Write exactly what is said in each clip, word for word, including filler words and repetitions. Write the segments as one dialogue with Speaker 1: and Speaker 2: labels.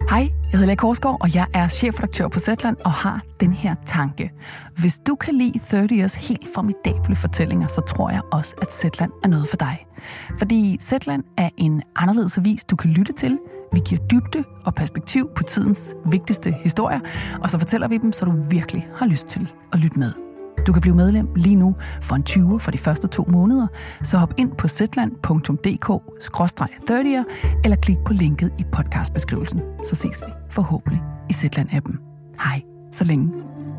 Speaker 1: Hej, jeg hedder Lea Korsgaard, og jeg er chefredaktør på Zetland og har den her tanke. Hvis du kan lide tredive Years helt formidable fortællinger, så tror jeg også, at Zetland er noget for dig. Fordi Zetland er en anderledes avis, du kan lytte til. Vi giver dybde og perspektiv på tidens vigtigste historier, og så fortæller vi dem, så du virkelig har lyst til at lytte med. Du kan blive medlem lige nu for en tyver for de første to måneder, så hop ind på zetland punktum d k skråstreg tredive eller klik på linket i podcastbeskrivelsen. Så ses vi forhåbentlig i Zetland-appen. Hej, så længe.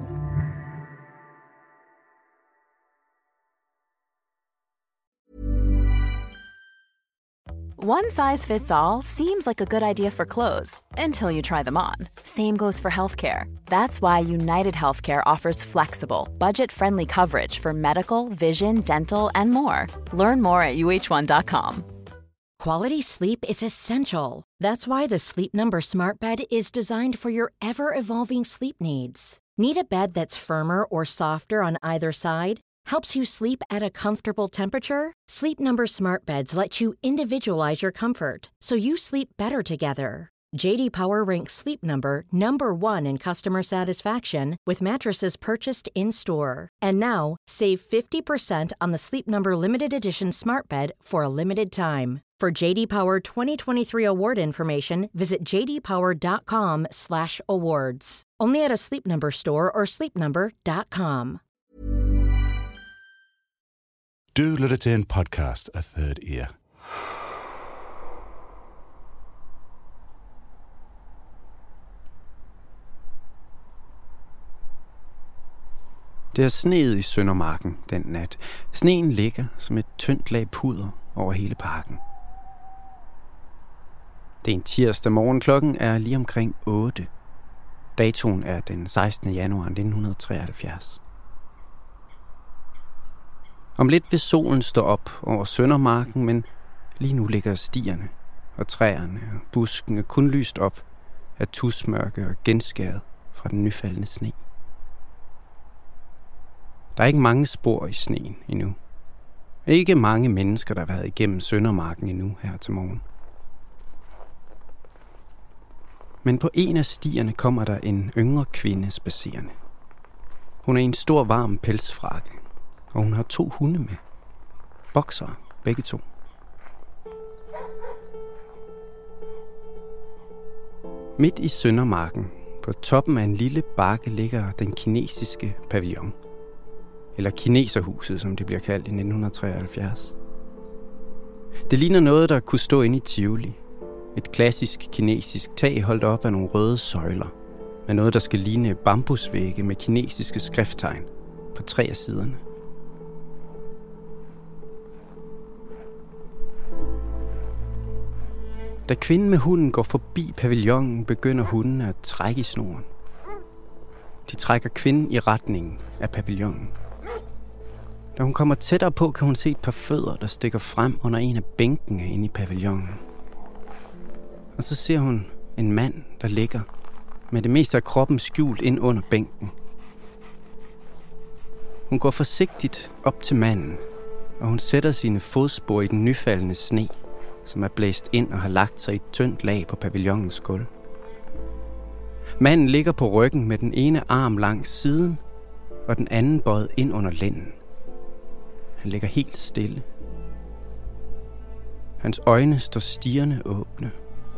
Speaker 2: One size fits all seems like a good idea for clothes until you try them on. Same goes for healthcare. That's why United Healthcare offers flexible, budget-friendly coverage for medical, vision, dental, and more. Learn more at u h one dot com.
Speaker 3: Quality sleep is essential. That's why the Sleep Number Smart Bed is designed for your ever-evolving sleep needs. Need a bed that's firmer or softer on either side? Helps you sleep at a comfortable temperature? Sleep Number Smart Beds let you individualize your comfort, so you sleep better together. J D Power ranks Sleep Number number one in customer satisfaction with mattresses purchased in-store. And now, save fifty percent on the Sleep Number Limited Edition Smart Bed for a limited time. For J D Power twenty twenty-three award information, visit j d power dot com slash awards. Only at a Sleep Number store or sleep number dot com.
Speaker 4: Du lytter til en podcast af Third Ear.
Speaker 5: Det har sneet i Søndermarken den nat. Sneen ligger som et tyndt lag pudder over hele parken. Det er en tirsdag morgen, klokken er lige omkring otte. Datoen er den sekstende januar nitten treoghalvfjerds. Om lidt vil solen stå op over Søndermarken, men lige nu ligger stierne og træerne og buskene kun lyst op af tusmørke og genskæret fra den nyfaldne sne. Der er ikke mange spor i sneen endnu. Ikke mange mennesker, der har været igennem Søndermarken endnu her til morgen. Men på en af stierne kommer der en yngre kvinde spacerende. Hun er i en stor varm pelsfrakke, og hun har to hunde med. Boksere, begge to. Midt i Søndermarken, på toppen af en lille bakke, ligger den kinesiske pavillon. Eller kineserhuset, som det bliver kaldt i nitten treoghalvfjerds. Det ligner noget, der kunne stå inde i Tivoli. Et klassisk kinesisk tag holdt op af nogle røde søjler, med noget, der skal ligne bambusvægge med kinesiske skrifttegn på tre af siderne. Da kvinden med hunden går forbi pavillonen, begynder hunden at trække i snoren. De trækker kvinden i retningen af pavillonen. Da hun kommer tættere på, kan hun se et par fødder, der stikker frem under en af bænkene inde i pavillonen. Og så ser hun en mand, der ligger med det meste af kroppen skjult ind under bænken. Hun går forsigtigt op til manden, og hun sætter sine fodspor i den nyfaldne sne, som er blæst ind og har lagt sig i et tyndt lag på pavillonens gulv. Manden ligger på ryggen med den ene arm langs siden, og den anden bøjet ind under lænden. Han ligger helt stille. Hans øjne står stirrende åbne.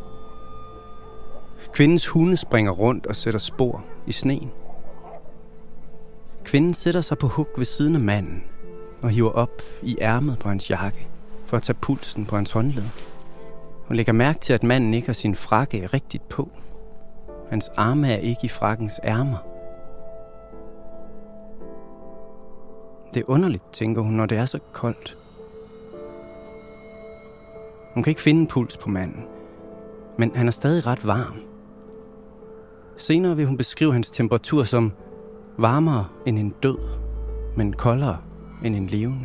Speaker 5: Kvindens hunde springer rundt og sætter spor i sneen. Kvinden sætter sig på huk ved siden af manden og hiver op i ærmet på hans jakke for at tage pulsen på hans håndled. Hun lægger mærke til, at manden ikke har sin frakke rigtigt på. Hans arme er ikke i frakkens ærmer. Det er underligt, tænker hun, når det er så koldt. Hun kan ikke finde en puls på manden, men han er stadig ret varm. Senere vil hun beskrive hans temperatur som varmere end en død, men koldere end en levende.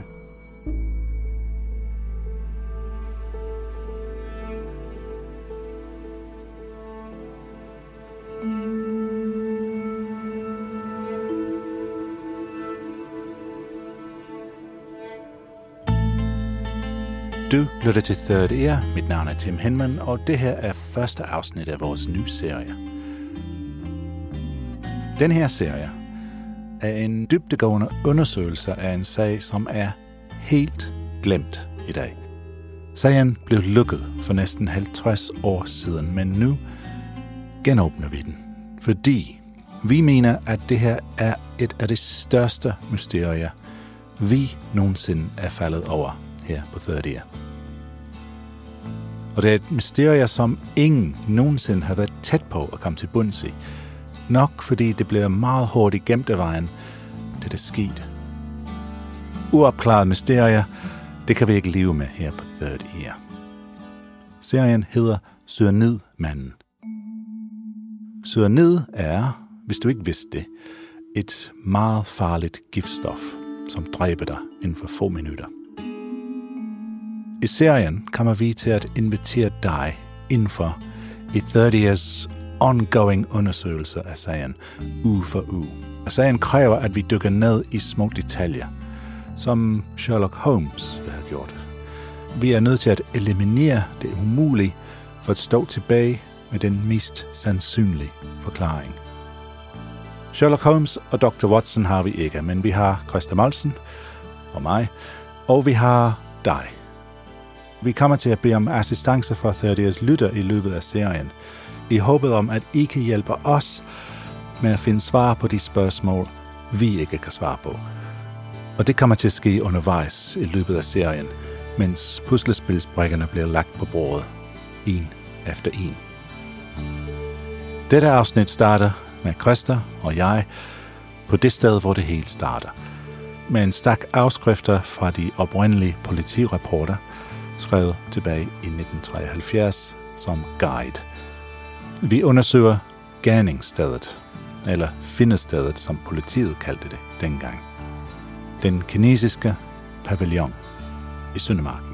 Speaker 4: Du lytter til Third Ear. Mit navn er Tim Henman, og det her er første afsnit af vores nye serie. Den her serie er en dybdegående undersøgelse af en sag, som er helt glemt i dag. Sagen blev lukket for næsten halvtreds år siden, men nu genåbner vi den, fordi vi mener, at det her er et af de største mysterier, vi nogensinde er faldet over her på Third Ear. Og det er et mysterie, som ingen nogensinde har været tæt på at komme til bunds i. Nok fordi det bliver meget hurtigt gemt af vejen, det er sket. Uopklarede mysterier, det kan vi ikke leve med her på Third Ear. Serien hedder Cyanidmanden. Cyanid er, hvis du ikke vidste det, et meget farligt giftstof, som dræber dig inden for få minutter. I serien kommer vi til at invitere dig indenfor i Third Ears ongoing undersøgelse af sagen, uge for uge. Og sagen kræver, at vi dykker ned i små detaljer, som Sherlock Holmes vil have gjort. Vi er nødt til at eliminere det umulige for at stå tilbage med den mest sandsynlige forklaring. Sherlock Holmes og doktor Watson har vi ikke, men vi har Christa Molsen og mig, og vi har dig. Vi kommer til at bede om assistance fra Third Ears lytter i løbet af serien, i håbet om, at I kan hjælpe os med at finde svar på de spørgsmål, vi ikke kan svare på. Og det kommer til at ske undervejs i løbet af serien, mens puslespilsbrikkerne bliver lagt på bordet, en efter en. Dette afsnit starter med Christa og jeg på det sted, hvor det hele starter. Med en stak afskrifter fra de oprindelige politirapporter, skrevet tilbage i nitten treoghalvfjerds som guide. Vi undersøger gerningsstedet, eller findestedet, som politiet kaldte det dengang. Den kinesiske pavillon i Søndermarken.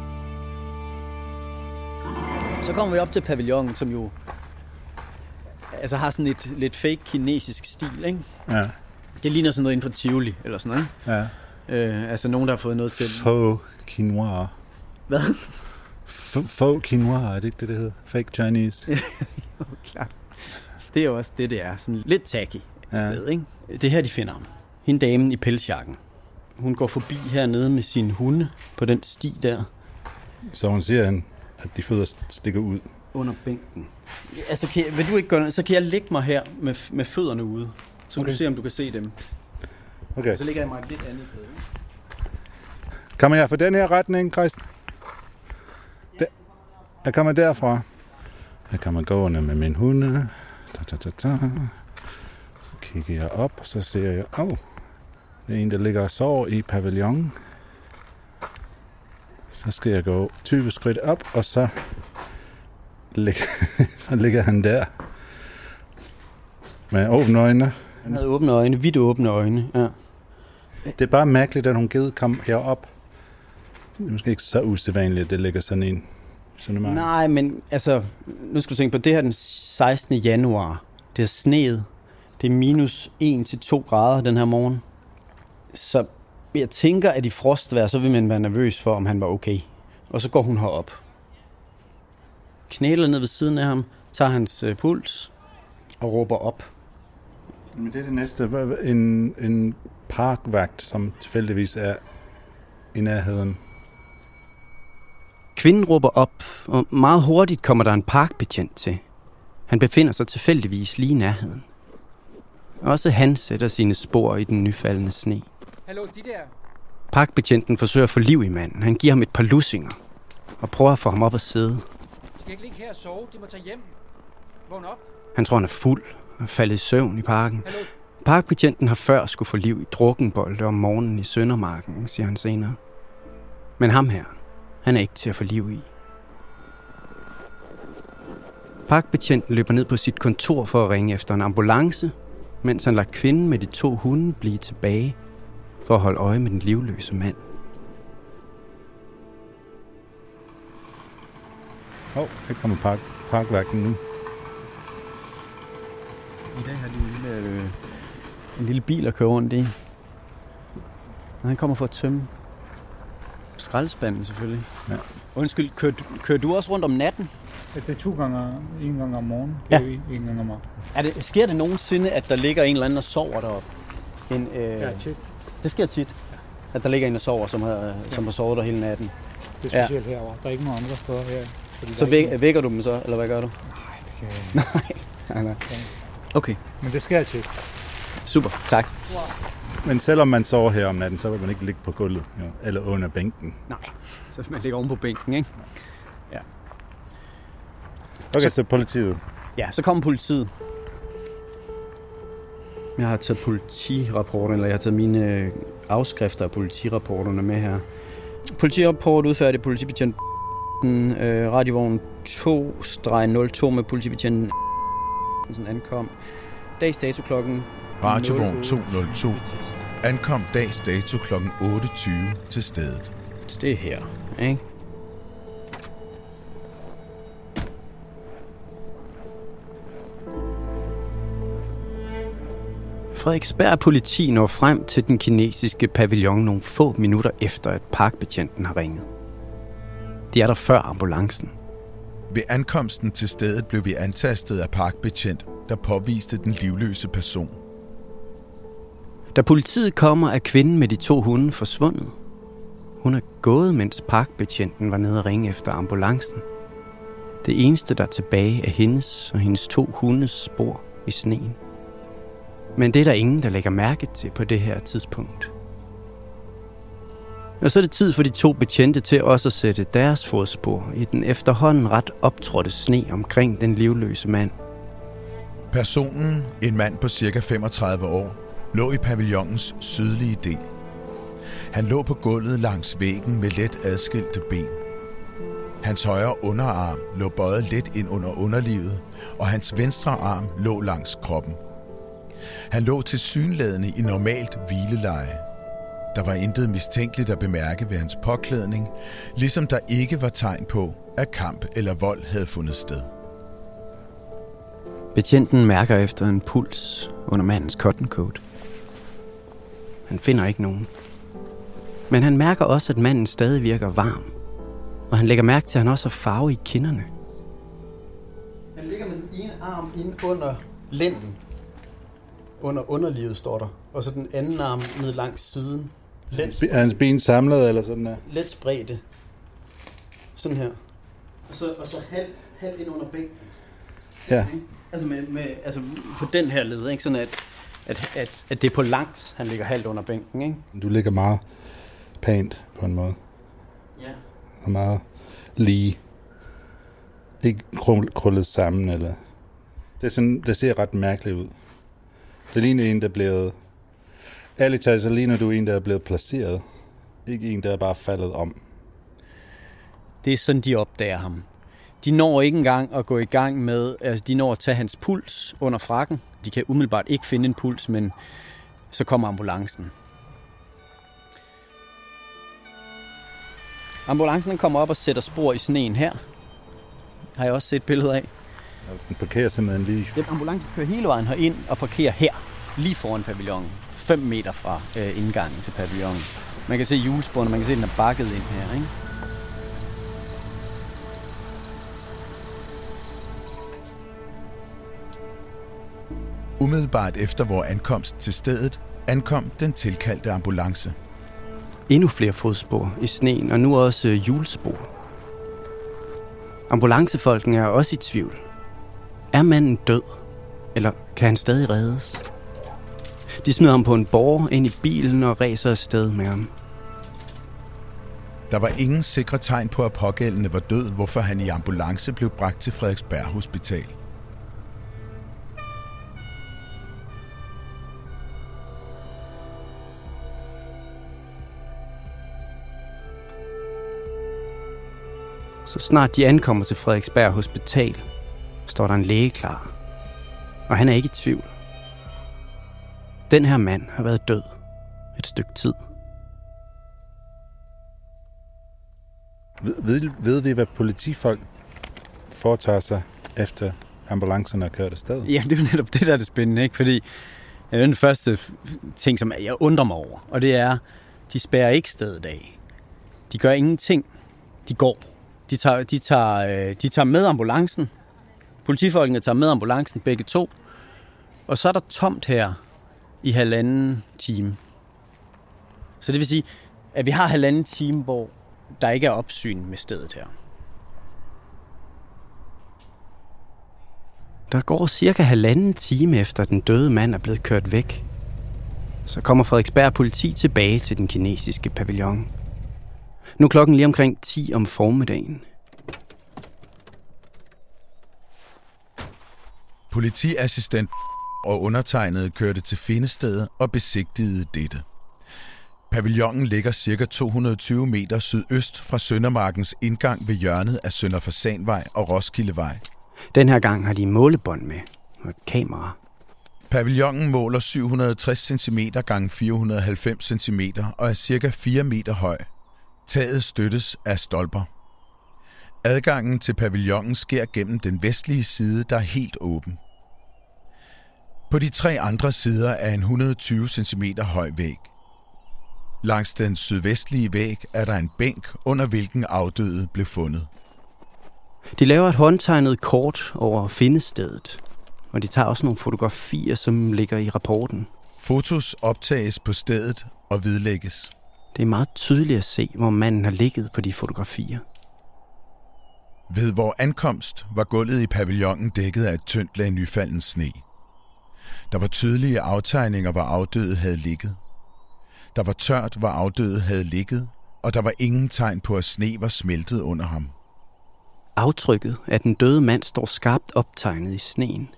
Speaker 5: Så kommer vi op til pavillonen, som jo altså har sådan et lidt fake kinesisk stil, ikke?
Speaker 4: Ja.
Speaker 5: Det ligner sådan noget inden for Tivoli, eller sådan noget. Ja. Øh, altså nogen, der har fået noget til...
Speaker 4: Faux quinoa.
Speaker 5: Hvad?
Speaker 4: F- Faux quinoa, er det ikke det, det hedder? Fake Chinese.
Speaker 5: Jo, klart. Det er jo også det, det er. Sådan lidt tacky ja. Sted, ikke? Det er her, de finder ham. Hende damen i pelsjakken. Hun går forbi hernede med sin hunde på den sti der.
Speaker 4: Så hun siger, at de fødder stikker ud.
Speaker 5: Under bænken. Altså, kan jeg, vil du ikke gøre det? Så kan jeg lægge mig her med, med fødderne ude. Så okay. Kan du se, om du kan se dem.
Speaker 4: Okay.
Speaker 5: Så ligger jeg mig et lidt andet sted. Ikke?
Speaker 4: Kommer jeg fra den her retning, Christ? Ja. Jeg kommer derfra. Jeg kommer gående med min hunde. Ta, ta, ta, ta. Så kigger jeg op, og så ser jeg, åh, oh, det er en, der ligger og sover i pavillonen. Så skal jeg gå tyve skridt op, og så ligger, så ligger han der. Med åbne øjne.
Speaker 5: Han havde åbne øjne, vidt åbne øjne, ja.
Speaker 4: Det er bare mærkeligt, at hun gider komme herop. Det er måske ikke så usædvanligt, at det ligger sådan en Søndermarken.
Speaker 5: Nej, men altså, nu skal du tænke på, det her den sekstende januar. Det er sneet. Det er minus en til to grader den her morgen. Så jeg tænker, at i frostvejr, så vil man være nervøs for, om han var okay. Og så går hun herop. Knæler ned ved siden af ham, tager hans øh, puls og råber op.
Speaker 4: Men det er det næste. En, en parkvagt, som tilfældigvis er i nærheden.
Speaker 5: Kvinden råber op, og meget hurtigt kommer der en parkbetjent til. Han befinder sig tilfældigvis lige i nærheden. Også han sætter sine spor i den nyfaldende sne.
Speaker 6: Hallo, de der.
Speaker 5: Parkbetjenten forsøger at få liv i manden. Han giver ham et par lussinger og prøver at få ham op at sidde.
Speaker 6: De skal ikke ligge her og sove. De må tage hjem. Vågn op.
Speaker 5: Han tror, han er fuld og faldet i søvn i parken. Hallo. Parkbetjenten har før skulle få liv i drukkenbolde om morgenen i Søndermarken, siger han senere. Men ham her, han er ikke til at få liv i. Parkbetjenten løber ned på sit kontor for at ringe efter en ambulance, mens han lader kvinden med de to hunde blive tilbage for at holde øje med den livløse mand.
Speaker 4: Åh, oh, her kommer park, parkvagten nu.
Speaker 5: I dag har de en lille, øh, en lille bil at køre rundt i. Og han kommer for at tømme. skraldespanden selvfølgelig.
Speaker 4: Ja.
Speaker 5: Undskyld, kører, kører du også rundt om natten?
Speaker 7: Det er to gange, en gang om morgenen,
Speaker 5: Ja.
Speaker 7: en gang om morgenen.
Speaker 5: Er det, sker det nogensinde, at der ligger en eller anden og sover deroppe? En, øh,
Speaker 7: Ja, tit.
Speaker 5: det sker tit, at der ligger en og sover, som har, som har sovet der hele natten.
Speaker 7: Det er specielt ja. herovre. Der er ikke nogen andre steder her.
Speaker 5: Så væk, ikke... vækker du dem så, eller hvad gør du?
Speaker 7: Nej, det kan jeg ikke.
Speaker 5: nej, nej. Okay.
Speaker 7: Men det sker tit.
Speaker 5: Super, tak.
Speaker 4: Men selvom man sover her om natten, så vil man ikke ligge på gulvet, jo, eller under bænken.
Speaker 5: Nej, så man ligger oven på bænken, ikke? Ja.
Speaker 4: Okay, så, så politiet.
Speaker 5: Ja, så kommer politiet. Jeg har taget politirapporter, eller jeg har taget mine afskrifter af politirapporterne med her. Politirapport udfærdigt politibetjent øh, radiovogn to nul to med politibetjenten ankom. Dags dato klokken
Speaker 8: Radiovogn to nul to ankom dags dato klokken otte tyve til stedet.
Speaker 5: Det er her, ikke? Frederiksberg politi når frem til den kinesiske pavillon nogle få minutter efter, at parkbetjenten har ringet. De er der før ambulancen.
Speaker 8: Ved ankomsten til stedet blev vi antastet af parkbetjent, der påviste den livløse person.
Speaker 5: Da politiet kommer, er kvinden med de to hunde forsvundet. Hun er gået, mens parkbetjenten var nede og ringe efter ambulancen. Det eneste, der er tilbage, er hendes og hendes to hundes spor i sneen. Men det er der ingen, der lægger mærke til på det her tidspunkt. Og så er det tid for de to betjente til også at sætte deres fodspor i den efterhånden ret optrådte sne omkring den livløse mand.
Speaker 8: Personen, en mand på cirka femogtredive år, lå i pavillonens sydlige del. Han lå på gulvet langs væggen med let adskilte ben. Hans højre underarm lå bøjet lidt ind under underlivet, og hans venstre arm lå langs kroppen. Han lå tilsyneladende i normalt hvileleje. Der var intet mistænkeligt at bemærke ved hans påklædning, ligesom der ikke var tegn på, at kamp eller vold havde fundet sted.
Speaker 5: Betjenten mærker efter en puls under mandens cotton coat. Han finder ikke nogen. Men han mærker også, at manden stadig virker varm. Og han lægger mærke til, at han også har farve i kinderne. Han ligger med den ene arm ind under lænden. Under underlivet står der. Og så den anden arm ned langs siden. Let,
Speaker 4: Er hans ben samlet, eller sådan der?
Speaker 5: let spredte. Sådan her. Og så, og så halvt, halvt ind under bænken.
Speaker 4: Ja.
Speaker 5: Altså, med, med, altså på den her led, ikke? Sådan at, at, at, at det er på langt, han ligger halvt under bænken, ikke?
Speaker 4: Du ligger meget pænt på en måde.
Speaker 5: Ja.
Speaker 4: Og meget lige. Ikke krøllet sammen, eller... Det, er sådan, det ser ret mærkeligt ud. Det ligner en, der er blevet... Ærligt talt, så ligner du en, der er blevet placeret. Ikke en, der er bare faldet om.
Speaker 5: Det er sådan, de opdager ham. De når ikke engang at gå i gang med... Altså, de når at tage hans puls under frakken. De kan umiddelbart ikke finde en puls, men så kommer ambulancen. Ambulancen kommer op og sætter spor i sneen her. Har jeg også set billeder af.
Speaker 4: Den parkerer simpelthen lige...
Speaker 5: Den ambulance kører hele vejen herind og parkerer her, lige foran pavillonen. fem meter fra øh, indgangen til pavillonen. Man kan se hjulsporene, man kan se, at den er bakket ind her, ikke?
Speaker 8: Umiddelbart efter vores ankomst til stedet, ankom den tilkaldte ambulance.
Speaker 5: Endnu flere fodspor i sneen, og nu også øh, hjulspor. Ambulancefolken er også i tvivl. Er manden død? Eller kan han stadig reddes? De smider ham på en båre ind i bilen og ræser afsted med ham.
Speaker 8: Der var ingen sikre tegn på, at pågældende var død, hvorfor han i ambulance blev bragt til Frederiksberg Hospital.
Speaker 5: Så snart de ankommer til Frederiksberg Hospital, står der en læge klar. Og han er ikke i tvivl. Den her mand har været død et stykke tid.
Speaker 4: Ved, ved vi, hvad politifolk foretager sig efter ambulancen er kørt afsted?
Speaker 5: Ja, det er jo netop det, der er det spændende, ikke? Fordi ja, den første ting, som jeg undrer mig over, og det er, de spærrer ikke stedet af. De gør ingenting. De går. De tager, de tager, de tager med ambulancen. Politifolkene tager med ambulancen, begge to. Og så er der tomt her i halvanden time. Så det vil sige, at vi har halvanden time, hvor der ikke er opsyn med stedet her. Der går cirka halvanden time efter, den døde mand er blevet kørt væk. Så kommer Frederiksberg politi tilbage til den kinesiske pavillon. Nu er klokken lige omkring ti om formiddagen.
Speaker 8: Politiassistent og undertegnede kørte til findestedet og besigtigede dette. Pavillonen ligger ca. to hundrede og tyve meter sydøst fra Søndermarkens indgang ved hjørnet af Sønder Fasanvej og Roskildevej.
Speaker 5: Den her gang har de målebånd med og et kamera.
Speaker 8: Pavillonen måler syv hundrede og tres centimeter gange fire hundrede og halvfems centimeter og er cirka fire meter høj. Taget støttes af stolper. Adgangen til pavillonen sker gennem den vestlige side, der er helt åben. På de tre andre sider er en et hundrede og tyve centimeter høj væg. Langs den sydvestlige væg er der en bænk, under hvilken afdøde blev fundet.
Speaker 5: De laver et håndtegnet kort over findestedet, og de tager også nogle fotografier, som ligger i rapporten.
Speaker 8: Fotos optages på stedet og vedlægges.
Speaker 5: Det er meget tydeligt at se, hvor manden har ligget på de fotografier.
Speaker 8: Ved vor ankomst var gulvet i pavillonen dækket af et tyndt lag nyfalden sne. Der var tydelige aftegninger, hvor afdøde havde ligget. Der var tørt, hvor afdøde havde ligget, og der var ingen tegn på, at sne var smeltet under ham.
Speaker 5: Aftrykket af den døde mand står skarpt optegnet i sneen.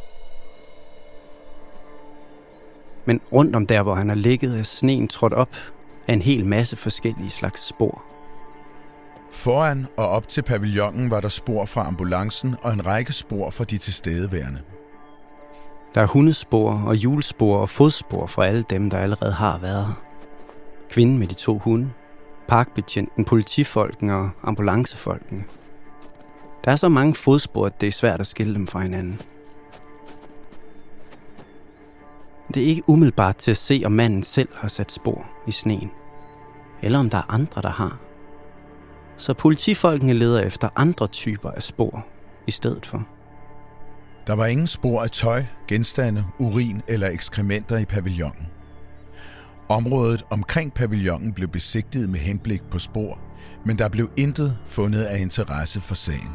Speaker 5: Men rundt om der, hvor han har ligget, er sneen trådt op af en hel masse forskellige slags spor.
Speaker 8: Foran og op til pavillonen var der spor fra ambulancen og en række spor fra de tilstedeværende.
Speaker 5: Der er hundespor og hjulspor og fodspor fra alle dem, der allerede har været her. Kvinden med de to hunde, parkbetjenten, politifolken og ambulancefolkene. Der er så mange fodspor, at det er svært at skille dem fra hinanden. Det er ikke umiddelbart til at se, om manden selv har sat spor i sneen, eller om der er andre, der har. Så politifolkene leder efter andre typer af spor i stedet for.
Speaker 8: Der var ingen spor af tøj, genstande, urin eller ekskrementer i pavillonen. Området omkring pavillonen blev besigtiget med henblik på spor, men der blev intet fundet af interesse for sagen.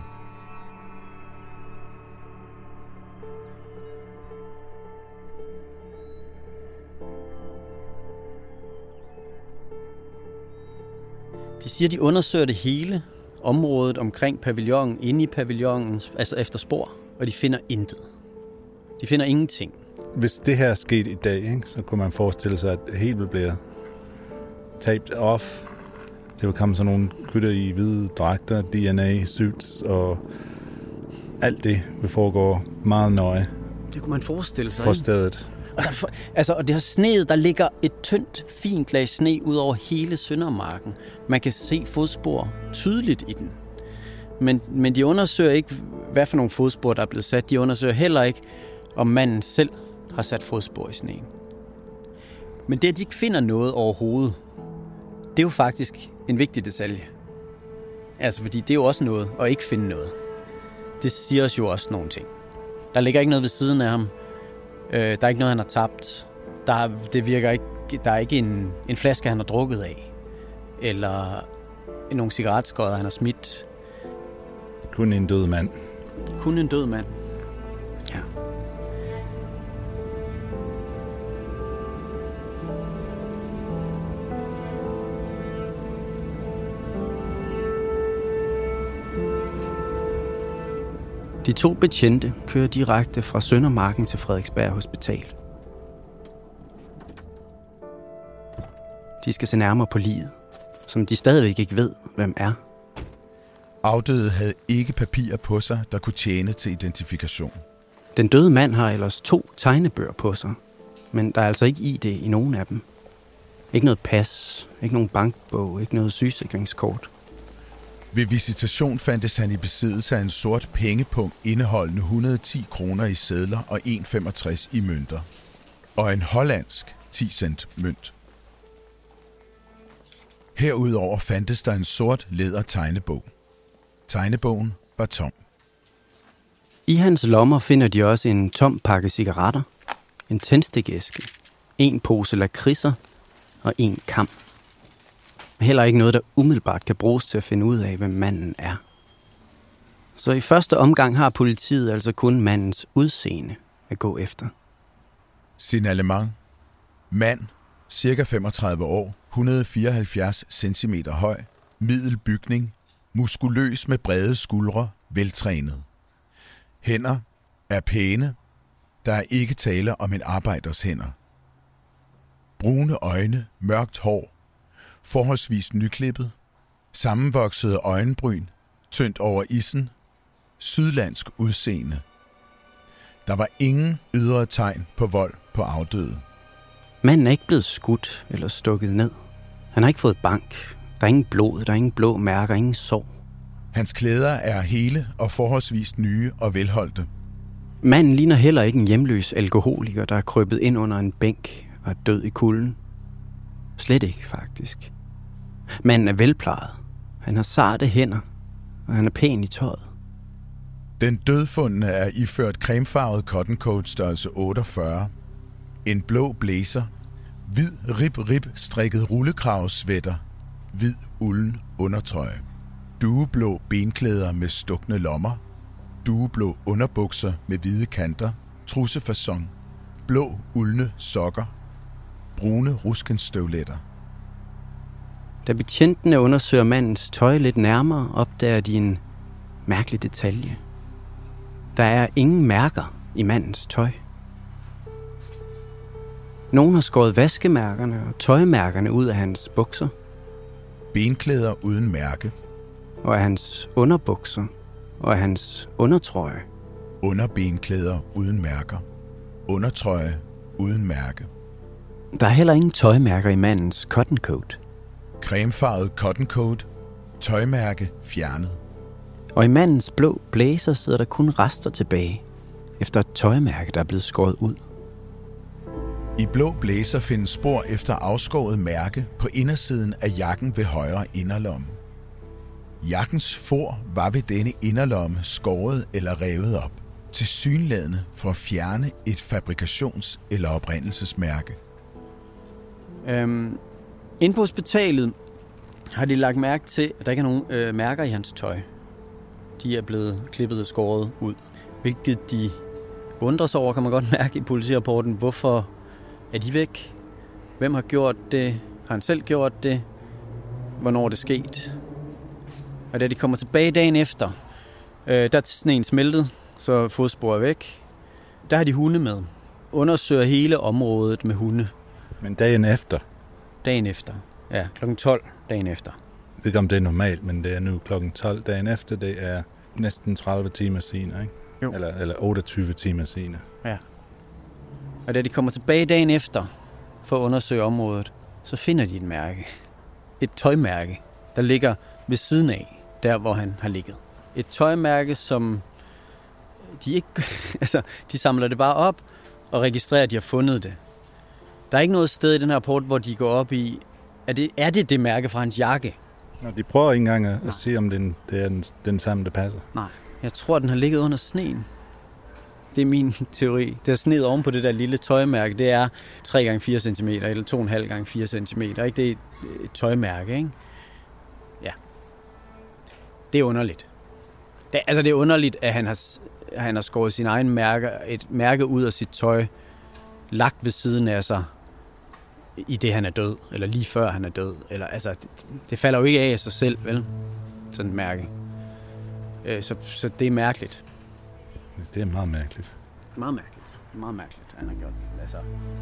Speaker 5: De siger, de undersøger det hele området omkring pavillonen, inde i pavillonen, altså efter spor, og de finder intet. De finder ingenting.
Speaker 4: Hvis det her skete i dag, ikke, så kunne man forestille sig, at det helt vil blive taped off. Det vil komme sådan nogle kytter i hvide dragter, D N A, suits og alt det vil foregå meget nøje.
Speaker 5: Det kunne man forestille sig.
Speaker 4: På stedet.
Speaker 5: Og, der, altså, og det her sneet, der ligger et tyndt, fint lag sne ud over hele Søndermarken. Man kan se fodspor tydeligt i den. Men, men de undersøger ikke, hvad for nogle fodspor, der er blevet sat. De undersøger heller ikke, om manden selv har sat fodspor i sneen. Men det, at de ikke finder noget overhovedet, det er jo faktisk en vigtig detalje. Altså, fordi det er jo også noget at ikke finde noget. Det siger os jo også nogle ting. Der ligger ikke noget ved siden af ham. Øh, der er ikke noget, han har tabt. Der, det virker ikke, der er ikke en, en flaske, han har drukket af. Eller nogle cigaretskodder, han har smidt.
Speaker 4: Kun en død mand.
Speaker 5: Kun en død mand. Ja. De to betjente kører direkte fra Søndermarken til Frederiksberg Hospital. De skal se nærmere på liget, som de stadigvæk ikke ved, hvem er.
Speaker 8: Afdøde havde ikke papirer på sig, der kunne tjene til identifikation.
Speaker 5: Den døde mand har ellers to tegnebøger på sig, men der er altså ikke I D i nogen af dem. Ikke noget pas, ikke nogen bankbog, ikke noget sygesikringskort.
Speaker 8: Ved visitation fandtes han i besiddelse af en sort pengepunkt indeholdende et hundrede og ti kroner i sedler og en komma femogtres i mønter. Og en hollandsk ti cent mønt. Herudover fandtes der en sort læder tegnebog. Tegnebogen var tom.
Speaker 5: I hans lommer finder de også en tom pakke cigaretter, en tændstikæske, en pose lakridser og en kam. Heller ikke noget, der umiddelbart kan bruges til at finde ud af, hvem manden er. Så i første omgang har politiet altså kun mandens udseende at gå efter.
Speaker 8: Signalement. Mand, cirka femogtredive år, et hundrede og fireoghalvfjerds centimeter høj, middelbygning, muskuløs med brede skuldre, veltrænet. Hænder er pæne. Der er ikke tale om en arbejders hænder. Brune øjne, mørkt hår, forholdsvis nyklippet, sammenvoksede øjenbryn, tyndt over issen, sydlandsk udseende. Der var ingen ydre tegn på vold på afdøde.
Speaker 5: Manden er ikke blevet skudt eller stukket ned. Han har ikke fået bank. Der er ingen blod, der er ingen blå mærker, ingen sår.
Speaker 8: Hans klæder er hele og forholdsvis nye og velholdte.
Speaker 5: Manden ligner heller ikke en hjemløs alkoholiker, der er krøbet ind under en bænk og er død i kulden. Slet ikke, faktisk. Manden er velplejet. Han har sarte hænder, og han er pæn i tøjet.
Speaker 8: Den dødfundne er iført cremefarvet cotton coat størrelse otteogfyrre, en blå blazer, hvid rib-rib strikket rullekravsvætter, hvid ulden undertrøje, dueblå benklæder med stukne lommer, dueblå underbukser med hvide kanter, trussefasong, blå uldne sokker, brune ruskenstøvletter.
Speaker 5: Da betjentene undersøger mandens tøj lidt nærmere, opdager de en mærkelig detalje. Der er ingen mærker i mandens tøj. Nogen har skåret vaskemærkerne og tøjmærkerne ud af hans bukser.
Speaker 8: Benklæder uden mærke.
Speaker 5: Og af hans underbukser og af hans undertrøje.
Speaker 8: Underbenklæder uden mærker. Undertrøje uden mærke.
Speaker 5: Der er heller ingen tøjmærker i mandens cotton coat.
Speaker 8: Cremefarvet cotton coat. Tøjmærke fjernet.
Speaker 5: Og i mandens blå blazer sidder der kun rester tilbage, efter et tøjmærke, der er blevet skåret ud.
Speaker 8: I blå blazer findes spor efter afskåret mærke på indersiden af jakken ved højre inderlomme. Jakkens for var ved denne inderlomme skåret eller revet op, tilsyneladende for at fjerne et fabrikations- eller oprindelsesmærke.
Speaker 5: Øhm, inde på hospitalet har de lagt mærke til, at der ikke er nogen øh, mærker i hans tøj. De er blevet klippet og skåret ud, hvilket de undrer sig over, kan man godt mærke i politirapporten. Hvorfor er de væk? Hvem har gjort det? Har han selv gjort det? Hvornår er det sket? Og da de kommer tilbage dagen efter, øh, der er sneen smeltet, så fodspor er væk. Der har de hunde med. Undersøger hele området med hunde.
Speaker 4: Men dagen efter?
Speaker 5: Dagen efter, ja. klokken tolv dagen efter.
Speaker 4: Jeg ved ikke, om det er normalt, men det er nu klokken tolv dagen efter. Det er næsten tredive timer senere, ikke?
Speaker 5: Jo.
Speaker 4: Eller, eller otteogtyve timer senere.
Speaker 5: Ja. Og da de kommer tilbage dagen efter for at undersøge området, så finder de et mærke. Et tøjmærke, der ligger ved siden af, der hvor han har ligget. Et tøjmærke, som de ikke... altså, de samler det bare op og registrerer, at de har fundet det. Der er ikke noget sted i den her rapport, hvor de går op i, er det er det, det mærke fra hans jakke?
Speaker 4: Nå, de prøver ikke engang at, at se, om den, det er den, den samme, der passer.
Speaker 5: Nej. Jeg tror, den har ligget under sneen. Det er min teori. Det er sneet oven på det der lille tøjmærke. Det er tre gange fire centimeter, eller to komma fem gange fire centimeter. Ikke? Det er et tøjmærke, ikke? Ja. Det er underligt. Det, altså, det er underligt, at han har, han har skåret sin egen mærke, et mærke ud af sit tøj, lagt ved siden af sig, i det han er død, eller lige før han er død. Eller, altså, det, det falder jo ikke af sig selv, vel? Sådan et mærke. Så, så det er mærkeligt.
Speaker 4: Det er meget mærkeligt.
Speaker 5: Meget mærkeligt. Meget mærkeligt, han har gjort det. Altså.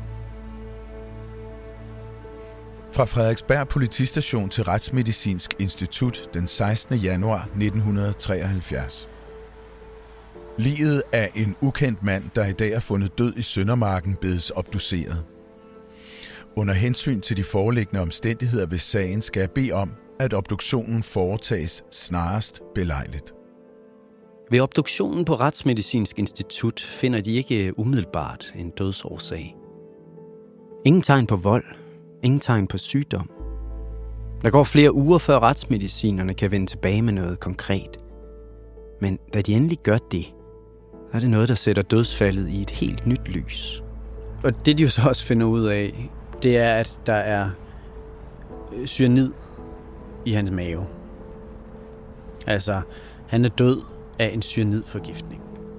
Speaker 8: Fra Frederiksberg Politistation til Retsmedicinsk Institut den sekstende januar nitten treoghalvfjerds. Liget af en ukendt mand, der i dag er fundet død i Søndermarken, bedes obduceret. Under hensyn til de foreliggende omstændigheder ved sagen skal jeg bede om, at obduktionen foretages snarest belejligt.
Speaker 5: Ved obduktionen på Retsmedicinsk Institut finder de ikke umiddelbart en dødsårsag. Ingen tegn på vold, ingen tegn på sygdom. Der går flere uger, før retsmedicinerne kan vende tilbage med noget konkret. Men da de endelig gør det, så er det noget, der sætter dødsfaldet i et helt nyt lys. Og det, de jo så også finder ud af, det er, at der er cyanid i hans mave. Altså, han er død af en cyanidforgiftning.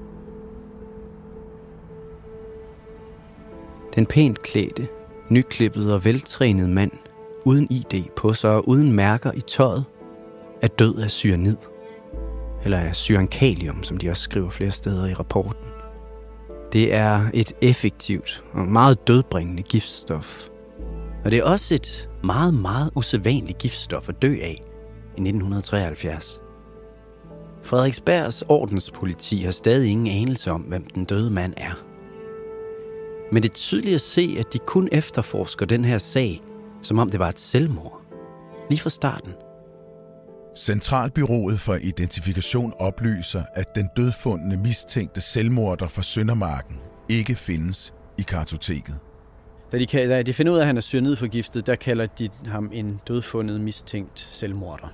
Speaker 5: Den pænt klædte, nyklippede og veltrænede mand, uden I D på sig og uden mærker i tøjet, er død af cyanid. Eller af cyankalium, som de også skriver flere steder i rapporten. Det er et effektivt og meget dødbringende giftstof. Og det er også et meget, meget usædvanligt giftstof at dø af i nitten treoghalvfjerds. Frederiksbergs ordenspoliti har stadig ingen anelse om, hvem den døde mand er. Men det er tydeligt at se, at de kun efterforsker den her sag, som om det var et selvmord. Lige fra starten.
Speaker 8: Centralbyrået for Identifikation oplyser, at den dødfundne mistænkte selvmorder fra Søndermarken ikke findes i kartoteket.
Speaker 5: Da de, da de finder ud af, at han er cyanidforgiftet, der kalder de ham en dødfundet mistænkt selvmorder.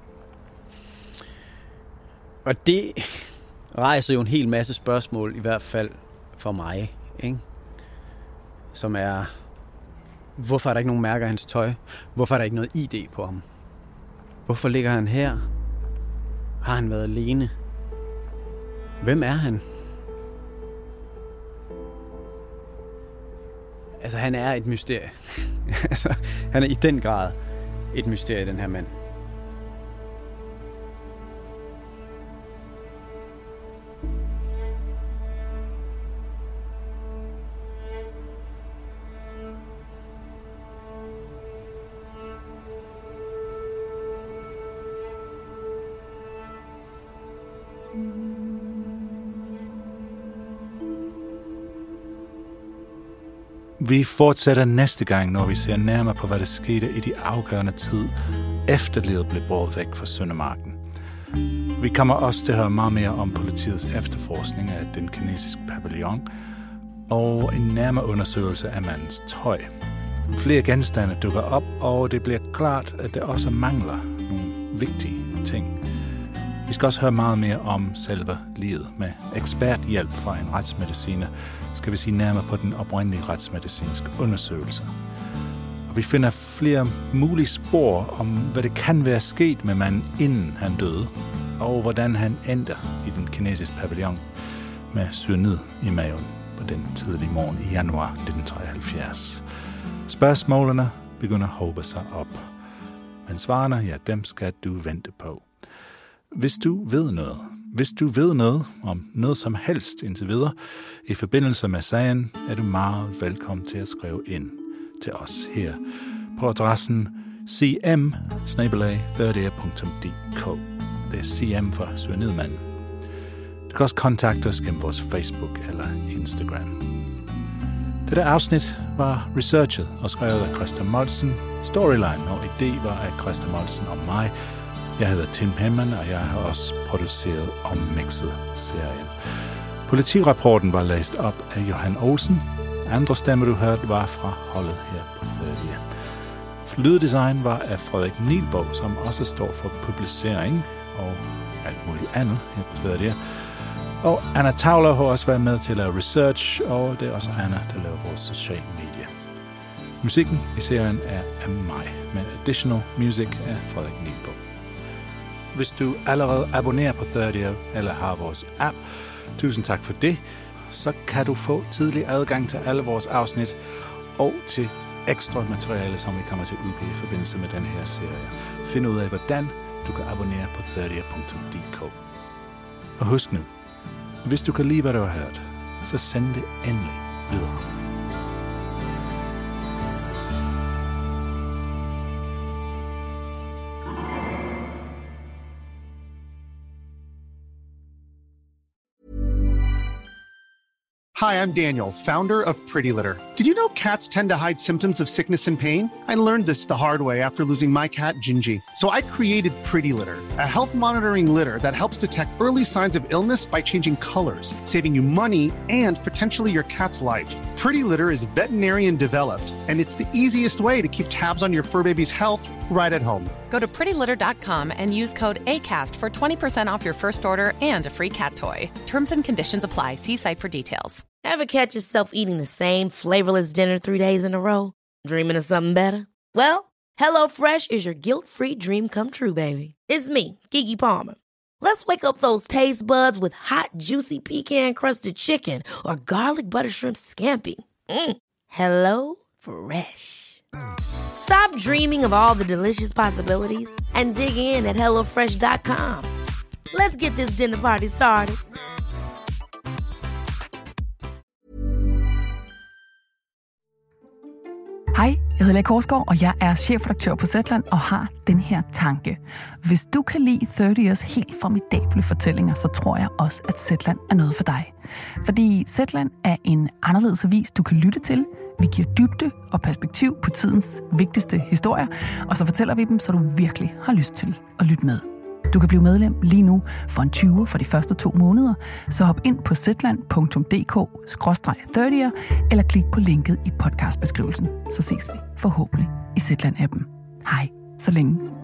Speaker 5: Og det rejser jo en hel masse spørgsmål, i hvert fald for mig, ikke? Som er, hvorfor er der ikke nogen mærker af hans tøj? Hvorfor er der ikke noget I D på ham? Hvorfor ligger han her? Har han været alene? Hvem er han? Altså, han er et mysterie. altså, han er i den grad et mysterie, den her mand.
Speaker 4: Vi fortsætter næste gang, når vi ser nærmere på, hvad der skete i de afgørende tid, efter livet blev båret væk fra Søndermarken. Vi kommer også til at høre meget mere om politiets efterforskning af den kinesiske pavillon og en nærmere undersøgelse af mandens tøj. Flere genstande dukker op, og det bliver klart, at der også mangler nogle vigtige ting. Vi skal også høre meget mere om selve livet. Med eksperthjælp fra en retsmediciner skal vi sige nærmere på den oprindelige retsmedicinske undersøgelse. Og vi finder flere mulige spor om, hvad det kan være sket med manden, inden han døde, og hvordan han endte i den kinesiske pavillon med cyanid i maven på den tidlige morgen i januar nitten treoghalvfjerds. Spørgsmålene begynder at håbe sig op. Men svarene, ja, dem skal du vente på. Hvis du ved noget, hvis du ved noget om noget som helst indtil videre i forbindelse med sagen, er du meget velkommen til at skrive ind til os her på adressen c m bindestreg thirtier punktum d k. Det er C M for cyanidmanden. Du kan også kontakte os gennem vores Facebook eller Instagram. Dette afsnit var researchet og skrevet af Christa Molsen. Storyline og idé var af Christa Molsen og mig. Jeg hedder Tim Hemman, og jeg har også produceret og mixet serien. Politirapporten var læst op af Johan Olsen. Andre stemmer, du hørte, var fra holdet her på thirtier. Lyddesign var af Frederik Nielbo, som også står for publicering og alt muligt andet her på thirtier. Og Anna Tauler har også været med til at lave research, og det er også Anna, der laver vores sociale medier. Musikken i serien er af mig, med additional music af Frederik Nielbo. Hvis du allerede abonnerer på thirtier eller har vores app, tusind tak for det, så kan du få tidlig adgang til alle vores afsnit og til ekstra materiale, som vi kommer til at udgive i forbindelse med den her serie. Find ud af, hvordan du kan abonnere på thirtier punktum d k. Og husk nu, hvis du kan lide, hvad du har hørt, så send det endelig videre.
Speaker 9: Hi, I'm Daniel, founder of Pretty Litter. Did you know cats tend to hide symptoms of sickness and pain? I learned this the hard way after losing my cat, Gingy. So I created Pretty Litter, a health monitoring litter that helps detect early signs of illness by changing colors, saving you money and potentially your cat's life. Pretty Litter is veterinarian developed, and it's the easiest way to keep tabs on your fur baby's health right at home.
Speaker 10: Go to pretty litter dot com and use code ACAST for twenty percent off your first order and a free cat toy. Terms and conditions apply. See site for details.
Speaker 11: Ever catch yourself eating the same flavorless dinner three days in a row? Dreaming of something better? Well, HelloFresh is your guilt-free dream come true, baby. It's me, Keke Palmer. Let's wake up those taste buds with hot, juicy pecan-crusted chicken or garlic butter shrimp scampi. Mm. Hello Fresh. Stop dreaming of all the delicious possibilities and dig in at hello fresh dot com. Let's get this dinner party started.
Speaker 1: Hej, jeg hedder Lea Korsgaard, og jeg er chefredaktør på Zetland og har den her tanke. Hvis du kan lide tredive years helt formidable fortællinger, så tror jeg også, at Zetland er noget for dig. Fordi Zetland er en anderledes avis, du kan lytte til. Vi giver dybde og perspektiv på tidens vigtigste historier, og så fortæller vi dem, så du virkelig har lyst til at lytte med. Du kan blive medlem lige nu for en tyver for de første to måneder, så hop ind på zetland punktum d k skråstreg tredive eller klik på linket i podcastbeskrivelsen. Så ses vi forhåbentlig i Zetland-appen. Hej, så længe.